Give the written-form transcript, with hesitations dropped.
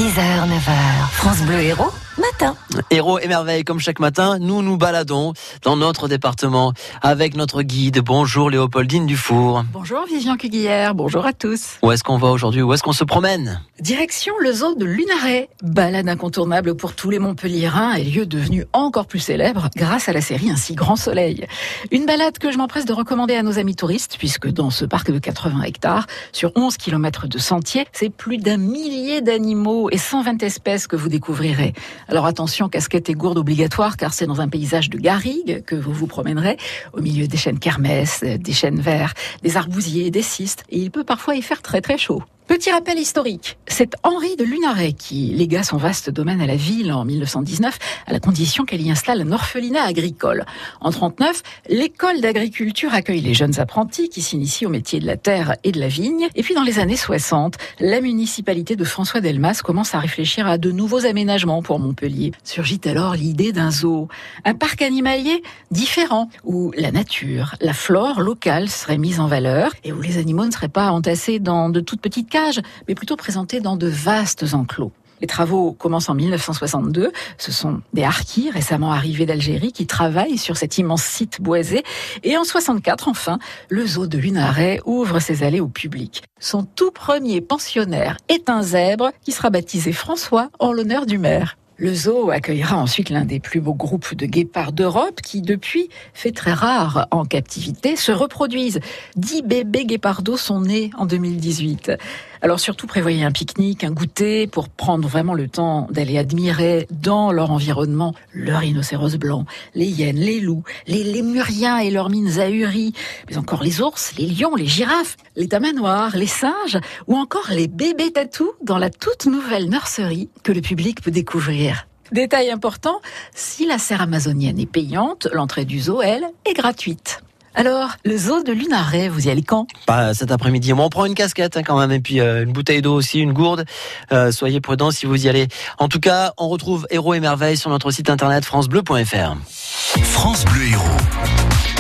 6h, 9h, France Bleu Héros, matin. Héros et merveilles, comme chaque matin, nous nous baladons dans notre département avec notre guide. Bonjour Léopoldine Dufour. Bonjour Vivian Cuguière, bonjour à tous. Où est-ce qu'on va aujourd'hui? Où est-ce qu'on se promène? Direction le zoo de Lunaret, balade incontournable pour tous les Montpelliérains et lieu devenu encore plus célèbre grâce à la série Un si grand soleil. Une balade que je m'empresse de recommander à nos amis touristes, puisque dans ce parc de 80 hectares, sur 11 km de sentiers, c'est plus d'1 millier d'animaux et 120 espèces que vous découvrirez. Alors attention, casquette et gourde obligatoires, car c'est dans un paysage de garrigues que vous vous promènerez, au milieu des chênes kermès, des chênes verts, des arbousiers, des cistes, et il peut parfois y faire très très chaud. Petit rappel historique, c'est Henri de Lunaret qui légua son vaste domaine à la ville en 1919, à la condition qu'elle y installe un orphelinat agricole. En 1939, l'école d'agriculture accueille les jeunes apprentis qui s'initient au métier de la terre et de la vigne. Et puis dans les années 60, la municipalité de François Delmas commence à réfléchir à de nouveaux aménagements pour Montpellier. Surgit alors l'idée d'un zoo, un parc animalier différent, où la nature, la flore locale seraient mises en valeur et où les animaux ne seraient pas entassés dans de toutes petites cages, mais plutôt présentés dans de vastes enclos. Les travaux commencent en 1962. Ce sont des harkis récemment arrivés d'Algérie qui travaillent sur cet immense site boisé. Et en 64, enfin, le zoo de Lunaret ouvre ses allées au public. Son tout premier pensionnaire est un zèbre qui sera baptisé François en l'honneur du maire. Le zoo accueillera ensuite l'un des plus beaux groupes de guépards d'Europe qui, depuis, fait très rare en captivité, se reproduisent. 10 bébés guépardos sont nés en 2018. Alors surtout, prévoyez un pique-nique, un goûter, pour prendre vraiment le temps d'aller admirer dans leur environnement le rhinocéros blanc, les hyènes, les loups, les lémuriens et leurs mines ahuries, mais encore les ours, les lions, les girafes, les tamanoirs, les singes, ou encore les bébés tatous dans la toute nouvelle nurserie que le public peut découvrir. Détail important, si la serre amazonienne est payante, l'entrée du zoo, elle, est gratuite. Alors, le zoo de Lunaret, vous y allez quand? Pas cet après-midi. Bon, on prend une casquette quand même, et puis une bouteille d'eau aussi, une gourde. Soyez prudents si vous y allez. En tout cas, on retrouve Héros et merveilles sur notre site internet francebleu.fr. France Bleu Héros.